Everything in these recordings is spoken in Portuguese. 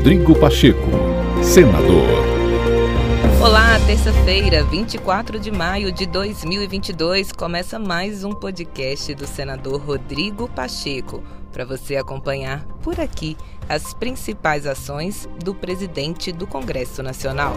Rodrigo Pacheco, senador. Olá, terça-feira, 24 de maio de 2022, começa mais um podcast do senador Rodrigo Pacheco, para você acompanhar por aqui as principais ações do presidente do Congresso Nacional.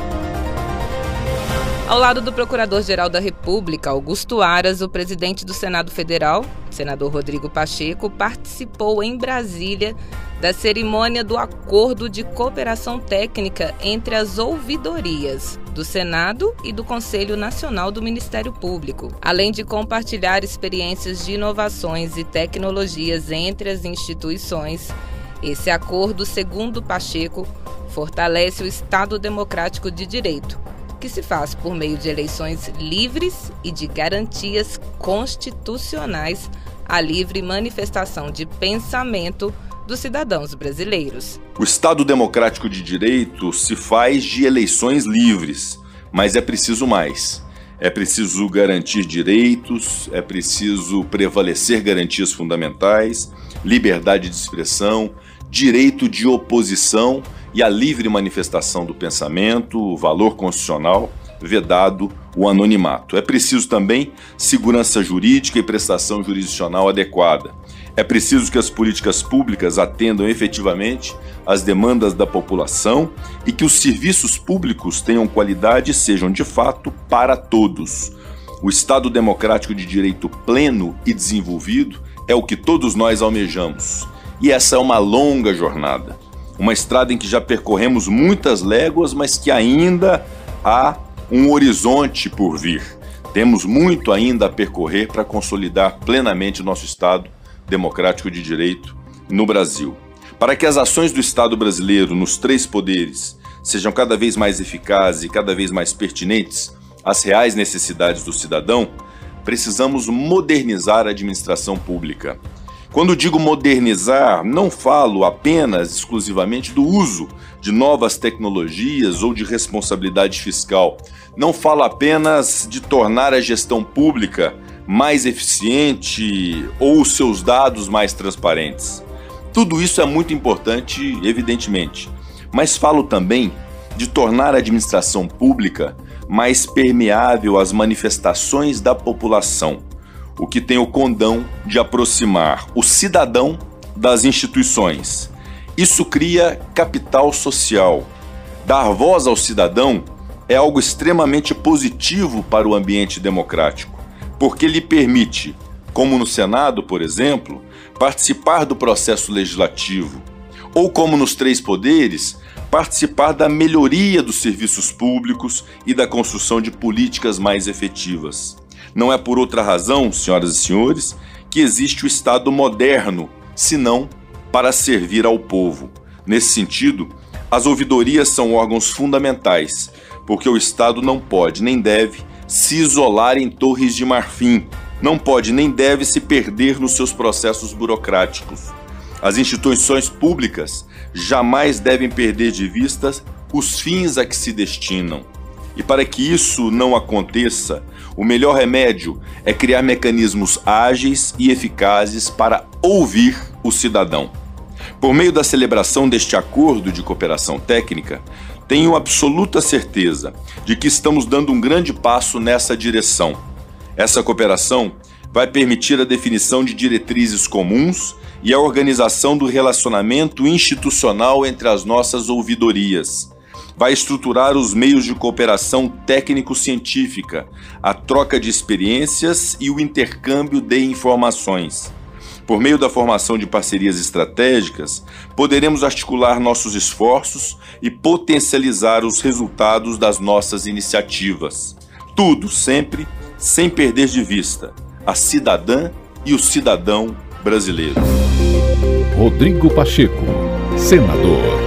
Ao lado do Procurador-Geral da República, Augusto Aras, o presidente do Senado Federal, senador Rodrigo Pacheco, participou em Brasília da cerimônia do Acordo de Cooperação Técnica entre as ouvidorias do Senado e do Conselho Nacional do Ministério Público, além de compartilhar experiências de inovações e tecnologias entre as instituições. Esse acordo, segundo Pacheco, fortalece o Estado Democrático de Direito, que se faz por meio de eleições livres e de garantias constitucionais à livre manifestação de pensamento dos cidadãos brasileiros. O Estado Democrático de Direito se faz de eleições livres, mas é preciso mais. É preciso garantir direitos, é preciso prevalecer garantias fundamentais, liberdade de expressão, direito de oposição e a livre manifestação do pensamento, o valor constitucional, vedado o anonimato. É preciso também segurança jurídica e prestação jurisdicional adequada. É preciso que as políticas públicas atendam efetivamente às demandas da população e que os serviços públicos tenham qualidade e sejam de fato para todos. O Estado Democrático de Direito pleno e desenvolvido é o que todos nós almejamos. E essa é uma longa jornada. Uma estrada em que já percorremos muitas léguas, mas que ainda há um horizonte por vir. Temos muito ainda a percorrer para consolidar plenamente o nosso Estado Democrático de Direito no Brasil. Para que as ações do Estado brasileiro nos três poderes sejam cada vez mais eficazes e cada vez mais pertinentes às reais necessidades do cidadão, precisamos modernizar a administração pública. Quando digo modernizar, não falo apenas exclusivamente do uso de novas tecnologias ou de responsabilidade fiscal. Não falo apenas de tornar a gestão pública mais eficiente ou os seus dados mais transparentes. Tudo isso é muito importante, evidentemente, mas falo também de tornar a administração pública mais permeável às manifestações da população, o que tem o condão de aproximar o cidadão das instituições. Isso cria capital social. Dar voz ao cidadão é algo extremamente positivo para o ambiente democrático, porque lhe permite, como no Senado, por exemplo, participar do processo legislativo, ou como nos três poderes, participar da melhoria dos serviços públicos e da construção de políticas mais efetivas. Não é por outra razão, senhoras e senhores, que existe o Estado moderno, senão para servir ao povo. Nesse sentido, as ouvidorias são órgãos fundamentais, porque o Estado não pode nem deve se isolar em torres de marfim, não pode nem deve se perder nos seus processos burocráticos. As instituições públicas jamais devem perder de vista os fins a que se destinam. E para que isso não aconteça, o melhor remédio é criar mecanismos ágeis e eficazes para ouvir o cidadão. Por meio da celebração deste acordo de cooperação técnica, tenho absoluta certeza de que estamos dando um grande passo nessa direção. Essa cooperação vai permitir a definição de diretrizes comuns e a organização do relacionamento institucional entre as nossas ouvidorias. Vai estruturar os meios de cooperação técnico-científica, a troca de experiências e o intercâmbio de informações. Por meio da formação de parcerias estratégicas, poderemos articular nossos esforços e potencializar os resultados das nossas iniciativas. Tudo sempre sem perder de vista a cidadã e o cidadão brasileiro. Rodrigo Pacheco, senador.